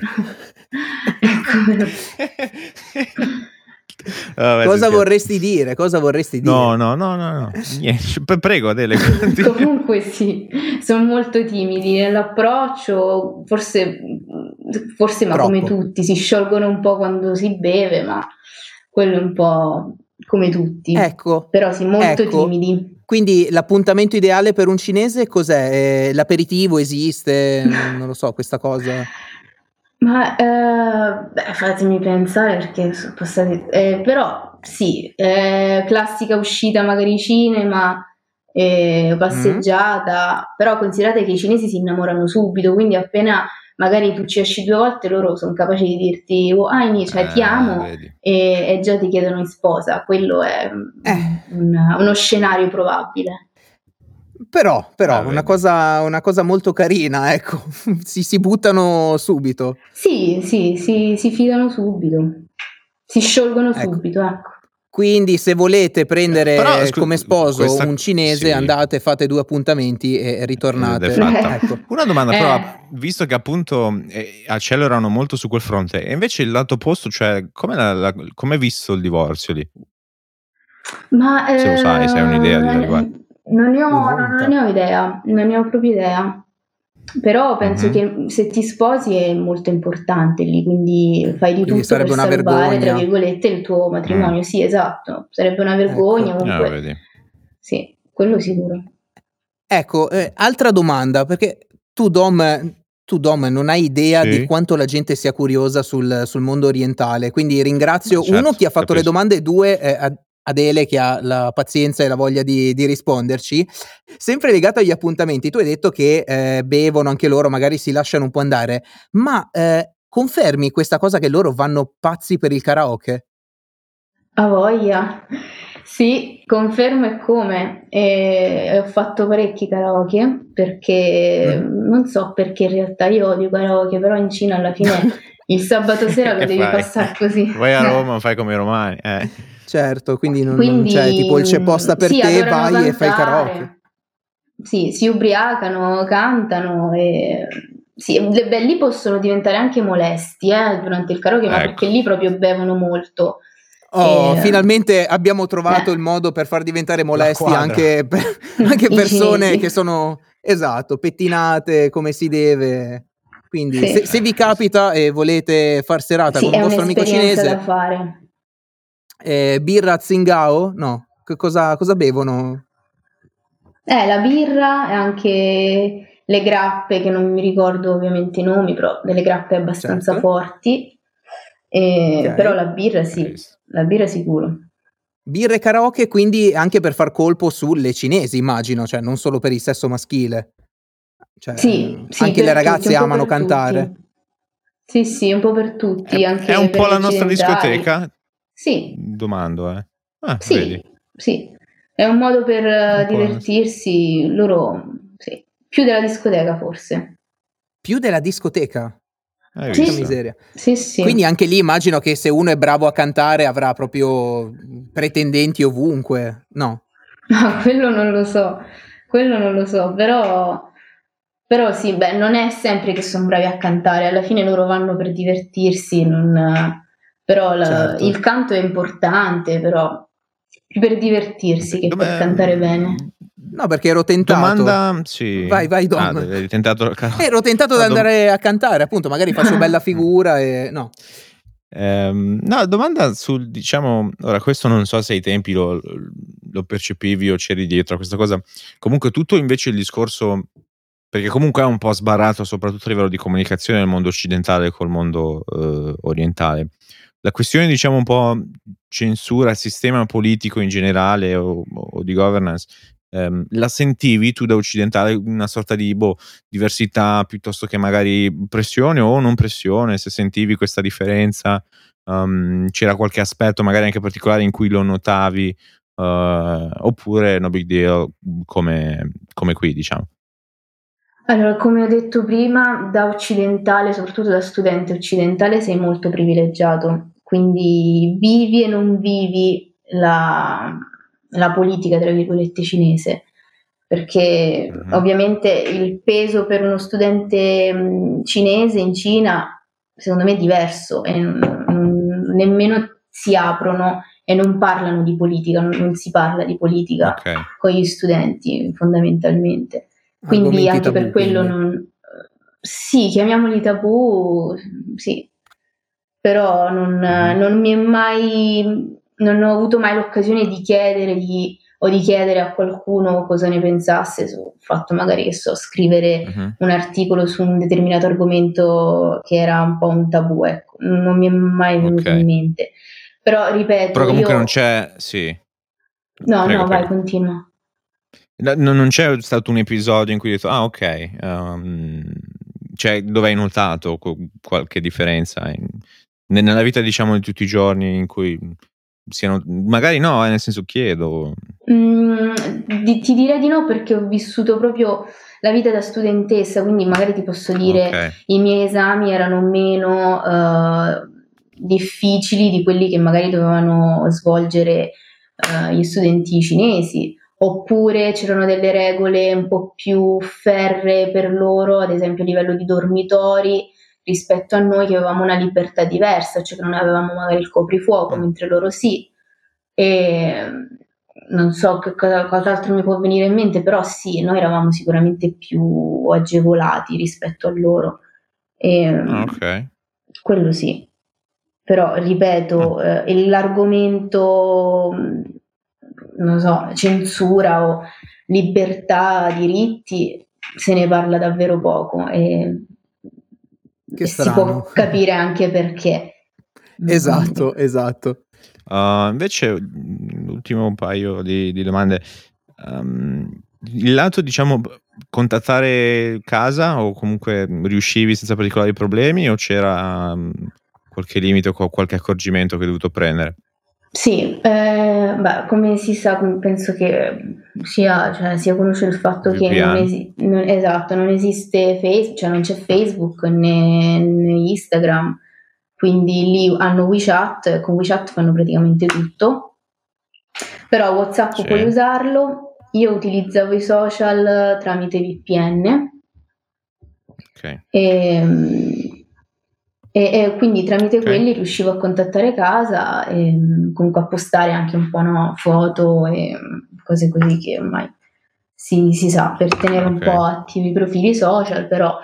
Ecco. Vabbè, si Cosa scherza. vorresti dire? Cosa vorresti dire? No, no, no, no, no. Niente. P- Prego, Adele. continua. Comunque sì, sono molto timidi nell'approccio, forse, forse ma come Troppo. tutti, si sciolgono un po' quando si beve, ma quello è un po' come tutti, Ecco, però sì, molto ecco. timidi. Quindi l'appuntamento ideale per un cinese cos'è? Eh, L'aperitivo esiste? Non, non lo so, questa cosa. Ma eh, beh, fatemi pensare perché sono passati, eh, però sì, eh, classica uscita magari cinema, eh, Mm? passeggiata, però considerate che i cinesi si innamorano subito, quindi appena magari tu ci esci due volte loro sono capaci di dirti oh, Aini, cioè ti Eh, amo vedi. e, e già ti chiedono in sposa, quello è Eh, un- uno scenario probabile. però, Ah, però, una vedi. cosa, una cosa molto carina, ecco. Si, si buttano subito. Sì, sì, si, si fidano subito, si sciolgono Ecco. subito, ecco. Quindi se volete prendere Però, scu- come sposo questa- un cinese, sì. andate, fate due appuntamenti e ritornate. Ed è fatta. Ecco. Una domanda, Eh. però, visto che appunto eh, accelerano molto su quel fronte, e invece il lato opposto, cioè, come è visto il divorzio lì? Ma Se lo sai, se hai un'idea di eh, riguardo. non ne ho, Un'onta. non ne ho idea, non ne ho proprio idea. Però penso Mhm. che se ti sposi è molto importante lì, quindi fai di Quindi tutto per sarebbe una salvare, tra vergogna. virgolette, il tuo matrimonio. Mm. Sì, esatto, sarebbe una vergogna Ecco. Ah, comunque. vedi. Sì, quello sicuro. Ecco, eh, altra domanda, perché tu Dom, tu Dom non hai idea Sì. di quanto la gente sia curiosa sul, sul mondo orientale, quindi ringrazio Ma certo, uno chi ha fatto le capisco. domande e due eh, Ad- Adele che ha la pazienza e la voglia di, di risponderci. Sempre legato agli appuntamenti, tu hai detto che eh, bevono anche loro, magari si lasciano un po' andare, ma eh, confermi questa cosa che loro vanno pazzi per il karaoke? A voglia. Sì, confermo e come. E ho fatto parecchi karaoke perché Mhm. non so perché in realtà io odio karaoke, però in Cina alla fine il sabato sera lo Che devi fai? passare così. Vai a Roma, fai come i romani. Eh. Certo, quindi non, non c'è Quindi tipo il c'è posta per sì, te, adorano vai e fai il karaoke. cantare. Sì, si ubriacano, cantano e sì, le- beh, lì possono diventare anche molesti eh, durante il karaoke, ma Ecco. perché lì proprio bevono molto. Oh, E- finalmente abbiamo trovato eh. il modo per far diventare La molesti quadra. anche, per, anche I persone cinesi. che sono, esatto, pettinate come si deve. Quindi Sì. se, se vi capita e volete far serata Sì, con un è vostro amico un'esperienza da cinese, fare. eh, birra Tsingao? No, che cosa, cosa bevono? Eh, la birra e anche le grappe, che non mi ricordo ovviamente i nomi, però delle grappe abbastanza Certo. forti. E- Ok. Però la birra sì, Visto. la birra sicuro. Birra e karaoke, quindi anche per far colpo sulle cinesi, immagino, cioè non solo per il sesso maschile. Cioè, Sì, sì, anche le per tutti, ragazze un po' amano per cantare. tutti. Sì, sì, un po' per È, tutti, è anche un per po' gli la nostra occidentali. discoteca? Sì, Domando, eh. Ah, sì, vedi. sì. È un modo per eh, Un po' la nostra- divertirsi, loro, sì, più della discoteca forse. Più della discoteca. Hai Porca Sì, visto? miseria. sì, sì. Quindi anche lì immagino che se uno è bravo a cantare avrà proprio pretendenti ovunque, no? No, quello non lo so, quello non lo so, però, però sì, beh, non è sempre che sono bravi a cantare, alla fine loro vanno per divertirsi, non- però la- Certo. il canto è importante, però più per divertirsi che per Dove- cantare bene. No, perché ero tentato. Domanda, sì. Vai, vai, Dom. Ah, hai tentato... Ero tentato No, ad dom- andare a cantare, appunto, magari faccio bella figura e no. Ehm, no, domanda sul, diciamo, ora questo non so se ai tempi lo, lo percepivi o c'eri dietro a questa cosa. Comunque tutto invece il discorso, perché comunque è un po' sbarrato soprattutto a livello di comunicazione nel mondo occidentale col mondo eh, orientale. La questione, diciamo, un po' censura, sistema politico in generale o, o di governance, ehm, la sentivi tu da occidentale una sorta di boh, diversità piuttosto che magari pressione o non pressione, se sentivi questa differenza, um, c'era qualche aspetto magari anche particolare in cui lo notavi, uh, oppure no big deal come, come qui, diciamo. Allora, come ho detto prima, da occidentale, soprattutto da studente occidentale, sei molto privilegiato, quindi vivi e non vivi la, la politica, tra virgolette, cinese, perché Mhm. ovviamente il peso per uno studente mh, cinese in Cina, secondo me, è diverso e non- non- nemmeno si aprono e non parlano di politica, non, non si parla di politica Ok. con gli studenti, fondamentalmente. Quindi Argomenti anche per tabù, quello quindi. non... Sì, chiamiamoli tabù, sì, però non, Mhm. non mi è mai... non ho avuto mai l'occasione di chiedere di- o di chiedere a qualcuno cosa ne pensasse sul fatto magari che so, scrivere Mhm. un articolo su un determinato argomento che era un po' un tabù, ecco, non mi è mai venuto Ok. in mente. Però ripeto, Però comunque io... non c'è, sì. No, Prego, no, vai, prego. continua. No, no, non c'è stato un episodio in cui hai detto, ah, ok, um, cioè dove hai notato co- qualche differenza in- ne- nella vita, diciamo, di tutti i giorni in cui siano, magari no, eh, nel senso chiedo. Mm, di- ti direi di no perché ho vissuto proprio la vita da studentessa, quindi magari ti posso dire Ok, i miei esami erano meno, eh, difficili di quelli che magari dovevano svolgere uh, gli studenti cinesi, oppure c'erano delle regole un po' più ferree per loro, ad esempio a livello di dormitori, rispetto a noi che avevamo una libertà diversa, cioè che non avevamo magari il coprifuoco, mm. mentre loro sì. E non so che cosa, cos'altro mi può venire in mente, però sì, noi eravamo sicuramente più agevolati rispetto a loro. E, ah, ok. Quello sì. Però, ripeto, ah. eh, l'argomento, non so, censura o libertà, diritti, se ne parla davvero poco e, che e si può capire anche perché. Esatto, esatto. Uh, invece, l'ultimo paio di, di domande. Um, il lato, diciamo, contattare casa o comunque riuscivi senza particolari problemi o c'era um, qualche limite o qualche accorgimento che hai dovuto prendere? Sì, eh, beh, come si sa, penso che sia, cioè, sia conosciuto il fatto V P N. che non, esi- non, esatto, non esiste Facebook, cioè non c'è Facebook né, né Instagram, quindi lì hanno WeChat e con WeChat fanno praticamente tutto, però WhatsApp sì. Puoi usarlo. Io utilizzavo i social tramite V P N. Ok. E, E, e quindi tramite okay. quelli riuscivo a contattare casa e comunque a postare anche un po', no, foto e cose così che ormai si, si sa per tenere okay. un po' attivi i profili social, però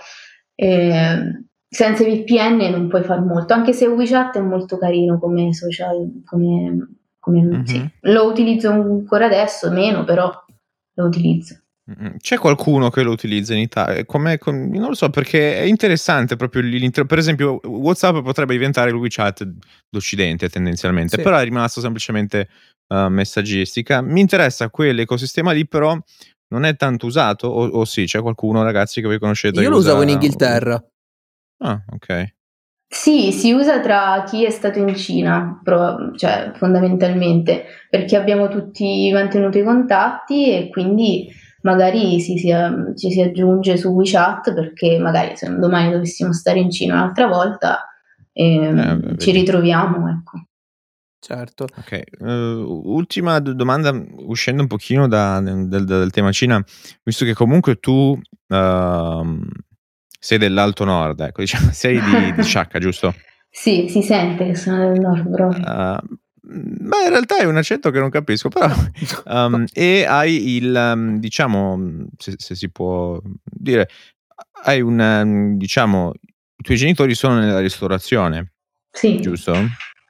eh, senza V P N non puoi far molto, anche se WeChat è molto carino come social, come, come mm-hmm. sì. Lo utilizzo ancora adesso, meno, però lo utilizzo. C'è qualcuno che lo utilizza in Italia? Com'è, com... non lo so, perché è interessante proprio l'intro... per esempio WhatsApp potrebbe diventare il WeChat d'Occidente tendenzialmente, sì. Però è rimasto semplicemente uh, messaggistica. Mi interessa quell'ecosistema lì, però non è tanto usato, o, o sì, c'è qualcuno, ragazzi, che voi conoscete? Io lo usa... usavo in Inghilterra. Ah, ok. Sì, si usa tra chi è stato in Cina, pro, cioè fondamentalmente, perché abbiamo tutti mantenuto i contatti e quindi magari si, si, ci si aggiunge su WeChat perché magari se domani dovessimo stare in Cina un'altra volta ehm, eh, ci ritroviamo, ecco. Certo. Ok, uh, ultima d- domanda, uscendo un pochino da, del, del, del tema Cina, visto che comunque tu uh, sei dell'Alto Nord, ecco, diciamo, sei di, di Sciacca, giusto? Sì, si sente che sono del nord, bro. Uh, ma in realtà è un accento che non capisco, però um, e hai il, um, diciamo, se, se si può dire, hai un, um, diciamo, i tuoi genitori sono nella ristorazione, sì. giusto?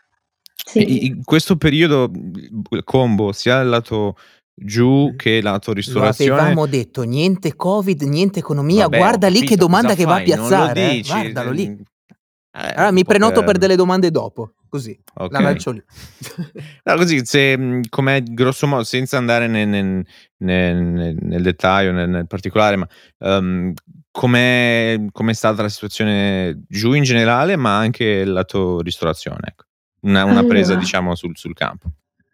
Sì. In questo periodo il combo sia il lato giù che lato ristorazione. Lo avevamo detto, niente Covid, niente economia. Vabbè, guarda lì che domanda che fai? va a piazzare. Non lo dici. Eh? Guardalo lì. Eh, allora mi prenoto per... per delle domande dopo, così okay. La lancio lì. No, così, se com'è grosso modo, senza andare nel, nel, nel, nel dettaglio, nel, nel particolare, ma um, com'è, com'è stata la situazione giù in generale, ma anche il lato ristorazione, ecco. Una, una allora, presa, diciamo, sul, sul campo.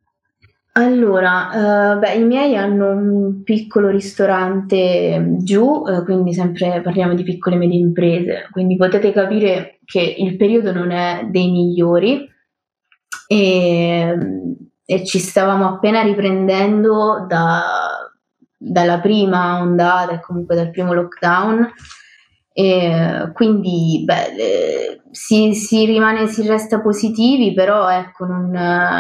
Allora, uh, beh, i miei hanno un piccolo ristorante giù, uh, quindi sempre parliamo di piccole e medie imprese, quindi potete capire che il periodo non è dei migliori e, e ci stavamo appena riprendendo da, dalla prima ondata e comunque dal primo lockdown. E quindi beh, eh, si, si rimane, si resta positivi, però ecco non,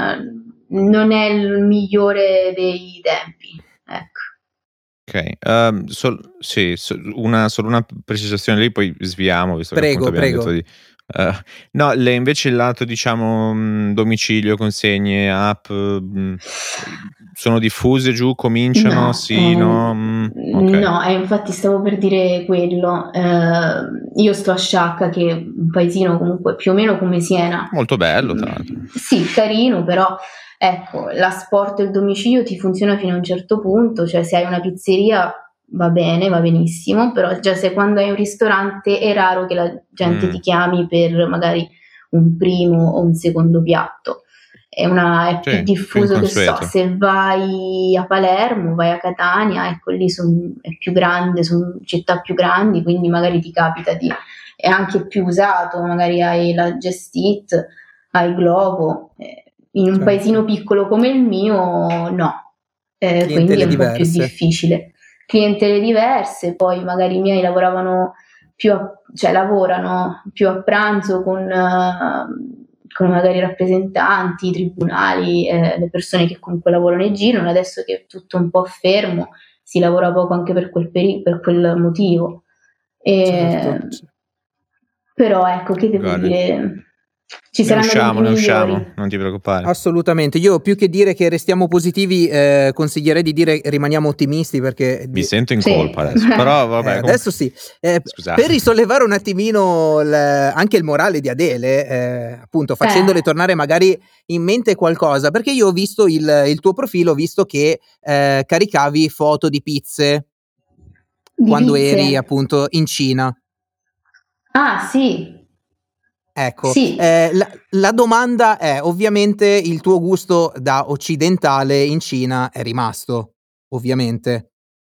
non è il migliore dei tempi, ecco. Ok, um, sol, sì, so, una, solo una precisazione lì, poi sviamo, visto prego, che appunto abbiamo prego. detto di... Uh, no, le, invece il lato, diciamo, mh, domicilio, consegne, app, mh, sono diffuse giù, cominciano, no, sì, eh, no? Mh, okay. No, eh, infatti stavo per dire quello. Eh, io sto a Sciacca, che è un paesino comunque più o meno come Siena. Molto bello, tra l'altro. Sì, carino, però ecco, l'asporto e il domicilio ti funziona fino a un certo punto, cioè se hai una pizzeria va bene, va benissimo, però già se quando hai un ristorante è raro che la gente mm. ti chiami per magari un primo o un secondo piatto. È, una, è sì, più diffuso più che so, se vai a Palermo, vai a Catania, ecco lì son, è più grande, sono città più grandi, quindi magari ti capita di, è anche più usato, magari hai la Just Eat, ai Globo. Eh, in un Certo. paesino piccolo come il mio, no. Eh, quindi Clientele è un po' più diverse. difficile. Clientele diverse, poi magari i miei lavoravano più a, cioè lavorano più a pranzo con, uh, con magari rappresentanti, i tribunali, eh, le persone che comunque lavorano e girano. Adesso che è tutto un po' fermo, si lavora poco anche per quel, peri- per quel motivo. E, Certo. però ecco, che devo Guarda, dire, ci ne saranno usciamo, tempi ne usciamo, migliori. non ti preoccupare. Assolutamente. Io più che dire che restiamo positivi, eh, consiglierei di dire rimaniamo ottimisti, perché Mi di- sento in Sì. colpa adesso, però vabbè. Eh, comunque- adesso sì. Eh, Scusate. per risollevare un attimino il- anche il morale di Adele, eh, appunto facendole Eh. tornare magari in mente qualcosa, perché io ho visto il, il tuo profilo, ho visto che eh, caricavi foto di pizze Di quando pizze? eri appunto in Cina. Ah, sì. Ecco, Sì. eh, la, la domanda è, ovviamente il tuo gusto da occidentale in Cina è rimasto, ovviamente.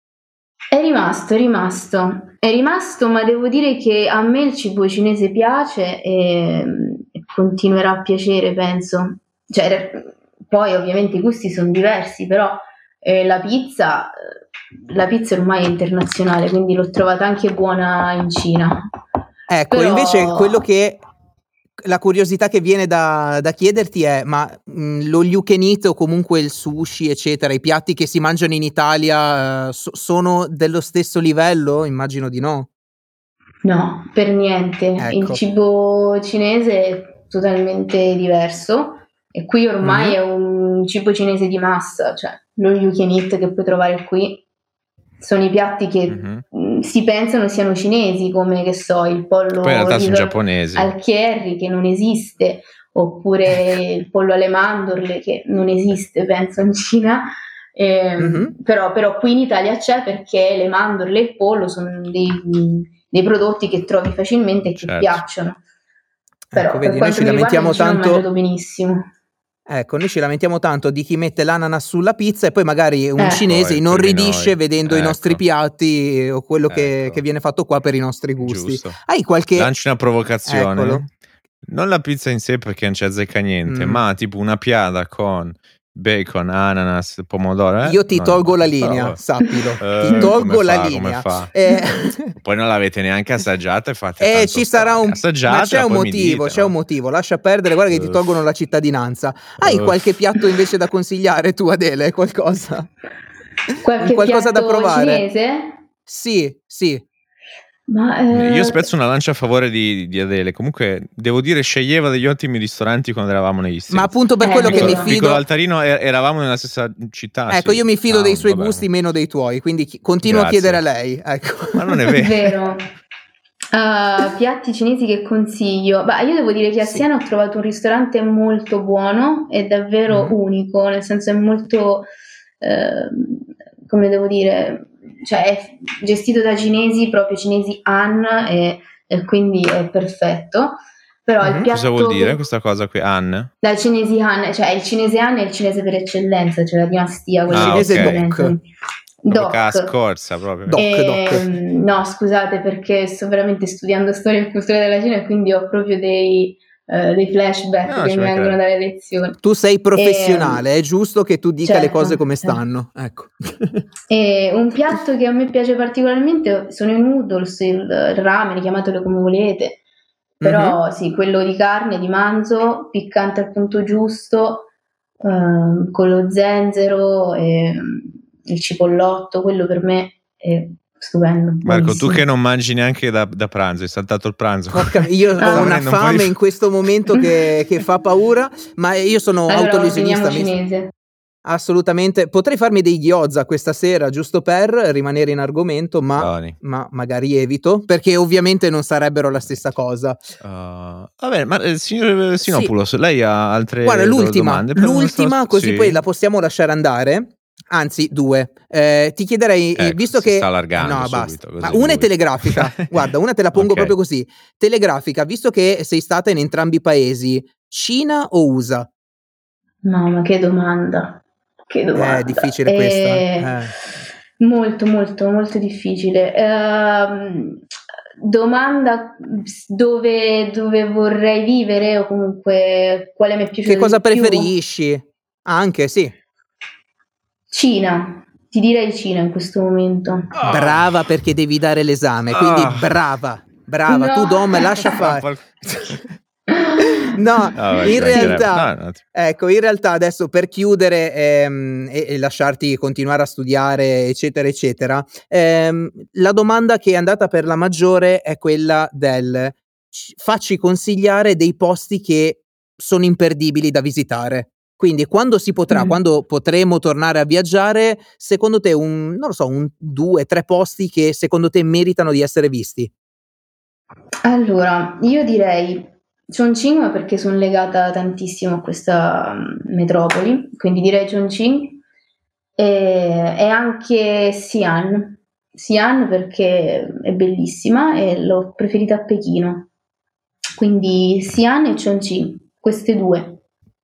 È rimasto, è rimasto, è rimasto, ma devo dire che a me il cibo cinese piace e, e continuerà a piacere, penso. Cioè, re- poi ovviamente i gusti sono diversi, però eh, la pizza, eh, la pizza ormai è internazionale, quindi l'ho trovata anche buona in Cina. Ecco, Però- invece quello che la curiosità che viene da, da chiederti è, ma mh, lo you can eat o comunque il sushi, eccetera, i piatti che si mangiano in Italia eh, so- sono dello stesso livello? Immagino di no. No, per niente. Il Ecco. cibo cinese è totalmente diverso e qui ormai Mhm. è un cibo cinese di massa, cioè lo you can eat che puoi trovare qui sono i piatti che Mhm. mh, si pensano siano cinesi, come che so, il pollo Poi in realtà sono risotto giapponesi. al curry che non esiste, oppure il pollo alle mandorle che non esiste, penso in Cina. Ehm, Mhm. però, però qui in Italia c'è, perché le mandorle e il pollo sono dei, dei prodotti che trovi facilmente e che Certo. piacciono. Però Ecco, per vedi, noi quanto ci mi riguarda in lamentiamo Cina ho tanto. mangiato benissimo. Ecco, noi ci lamentiamo tanto di chi mette l'ananas sulla pizza e poi magari un Eh. cinese Poi, inorridisce noi. vedendo i Ecco. nostri piatti o quello che, Ecco. che viene fatto qua per i nostri gusti. Giusto. Hai qualche... Lanci una provocazione. Eccolo. Non la pizza in sé, perché non ci azzecca niente, Mm. ma tipo una piada con bacon, ananas, pomodoro. eh? Io ti Non è tolgo la male. Però, linea, vabbè. sappilo. Eh, Ti tolgo come la fa, come linea. fa? Eh, Poi non l'avete neanche assaggiata e fate eh, tanto ci sarà storia. un... Ma Assaggiatela, c'è un poi mi motivo, dite, c'è no? un motivo. Lascia perdere, guarda che ti Uff. tolgono la cittadinanza. Hai Uff. qualche piatto invece da consigliare tu, Adele? Qualcosa? Qualche Un qualcosa da piatto provare? cinese? Sì, sì. Ma, eh, Io spezzo una lancia a favore di, di Adele. Comunque, devo dire, sceglieva degli ottimi ristoranti quando eravamo negli Stati. Ma appunto per Eh, quello che vero. mi Piccolo, fido. piccolo altarino, er- eravamo nella stessa città. Ecco, sì. io mi fido Town, dei suoi vabbè. gusti meno dei tuoi, quindi chi- continuo Grazie. a chiedere a lei. Ecco. Ma non è vero. Vero. Uh, piatti cinesi che consiglio. Bah, io devo dire che a Sì. Siena ho trovato un ristorante molto buono e davvero Mhm. unico, nel senso è molto, ehm, come devo dire, cioè è gestito da cinesi, proprio cinesi Han, e, e quindi è perfetto. Però il Mhm. piatto Cosa vuol dire che- questa cosa qui, Anne? dal cinesi Han, cioè il cinese Han è il cinese per eccellenza, cioè la dinastia, quella Il Ah, cinese ok. per eccellenza. doc. Proprio che a Doc. scorza, proprio. Doc, E, doc. no, scusate, perché sto veramente studiando storia e cultura della Cina e quindi ho proprio dei, eh, dei flashback No, che ci mi vengono mancherebbe. dalle lezioni. Tu sei professionale, è giusto che tu dica le certo, cose come certo. stanno. Ecco. E un piatto che a me piace particolarmente sono i noodles, il ramen, chiamatelo come volete, però Mhm. sì, quello di carne, di manzo, piccante al punto giusto, ehm, con lo zenzero e mm, il cipollotto, quello per me è stupendo, Marco, tu buonissimo. che non mangi neanche da, da pranzo, hai saltato il pranzo. Porca, io Ah. ho una venendo un po' di fame f- in questo momento che, che fa paura, ma io sono Allora autolesionista. ordiniamo mi- cinese. Assolutamente. Potrei farmi dei gyoza questa sera, giusto per rimanere in argomento, ma, Buoni. ma magari evito, perché ovviamente non sarebbero la stessa cosa. Uh, vabbè, ma eh, signor Sì. Sinopoulos, lei ha altre Guarda, do- l'ultima, domande per il nostro- l'ultima, così Sì. poi la possiamo lasciare andare. Anzi, due. Eh, ti chiederei, eh, Ecco, visto si che... sta allargando no, subito, basta. così Ma una è lui. telegrafica. Guarda, una te la pongo Ok. proprio così. Telegrafica, visto che sei stata in entrambi i paesi, Cina o U S A? No, ma che domanda. Che domanda. È difficile Eh, questa. Eh. Molto, molto, molto difficile. Ehm, domanda dove, dove vorrei vivere o comunque quale mi è piaciuto Che cosa di più? preferisci? Anche, sì. Cina, ti direi Cina in questo momento. Ah. Brava, perché devi dare l'esame, quindi Ah. brava, brava. No. Tu Dom, lascia fare. No, No, in realtà, no, no. ecco, in realtà adesso per chiudere ehm, e, e lasciarti continuare a studiare, eccetera, eccetera, ehm, la domanda che è andata per la maggiore è quella del ci- facci consigliare dei posti che sono imperdibili da visitare. Quindi quando si potrà, Mm. quando potremo tornare a viaggiare, secondo te un, non lo so, un due, tre posti che secondo te meritano di essere visti? Allora, io direi Chongqing, ma perché sono legata tantissimo a questa mm, metropoli, quindi direi Chongqing e, e anche Xi'an. Xi'an perché è bellissima e l'ho preferita a Pechino. Quindi Xi'an e Chongqing, queste due.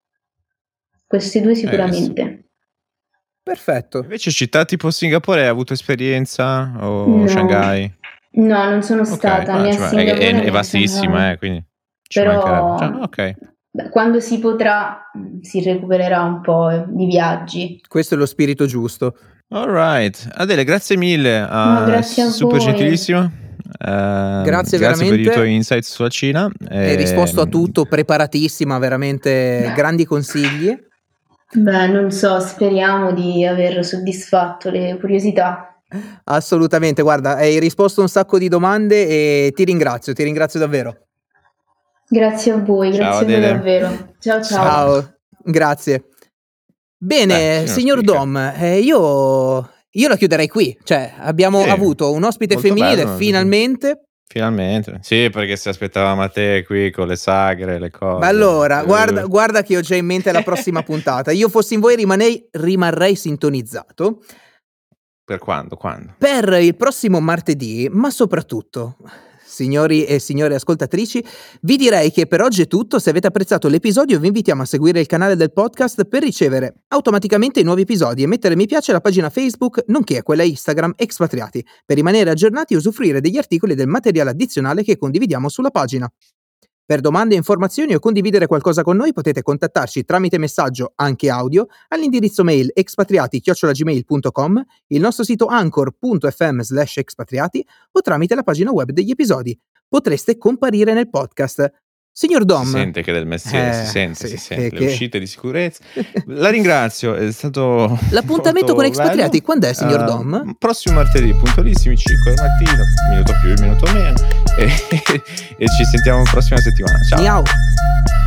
Queste due sicuramente. Perfetto. Invece città tipo Singapore hai avuto esperienza o No. Shanghai? No, non sono Ok, stata ah, né a cioè, è, Singapore è- né è a vastissima, Shanghai. eh, quindi ci mancherebbe. Però Cioè, ok. beh, quando si potrà mm, si recupererà un po' di viaggi. Questo è lo spirito giusto. Alright, Adele, grazie mille. No, uh, grazie a super voi. gentilissimo. Uh, Grazie grazie per i veramente. tuoi insights sulla Cina. Hai risposto a tutto, preparatissima, veramente grandi consigli. Beh, non so, speriamo di aver soddisfatto le curiosità. Assolutamente, guarda, hai risposto a un sacco di domande e ti ringrazio, ti ringrazio davvero. Grazie a voi, Ciao, grazie a voi Adele. davvero. Ciao ciao. Ciao, grazie. Bene, Beh, signor speaker. Dom, eh, io, io la chiuderei qui. Cioè, abbiamo Sì, avuto un ospite molto femminile bello. finalmente. Finalmente. Sì, perché se aspettavamo a te qui con le sagre, le cose. Ma allora, Eh. guarda, guarda che ho già in mente la prossima puntata. Io fossi in voi rimanei, rimarrei sintonizzato Per quando? Quando? per il prossimo martedì, ma soprattutto, signori e signore ascoltatrici, vi direi che per oggi è tutto. Se avete apprezzato l'episodio vi invitiamo a seguire il canale del podcast per ricevere automaticamente i nuovi episodi e mettere mi piace alla pagina Facebook nonché a quella Instagram Expatriati per rimanere aggiornati e usufruire degli articoli e del materiale addizionale che condividiamo sulla pagina. Per domande, informazioni o condividere qualcosa con noi potete contattarci tramite messaggio, anche audio, all'indirizzo mail expatriati chiocciola gmail punto com, il nostro sito anchor punto fm slash expatriati o tramite la pagina web degli episodi. Potreste comparire nel podcast. Signor Dom. Si sente che è del mestiere, Eh, si sente, sì, si sente. che- Le uscite di sicurezza. La ringrazio, è stato L'appuntamento molto con Expatriati bello. quando è, signor Uh, Dom? Prossimo martedì, puntualissimi, cinque del mattino, minuto più, minuto meno. E, e ci sentiamo la prossima settimana. Ciao. Miau.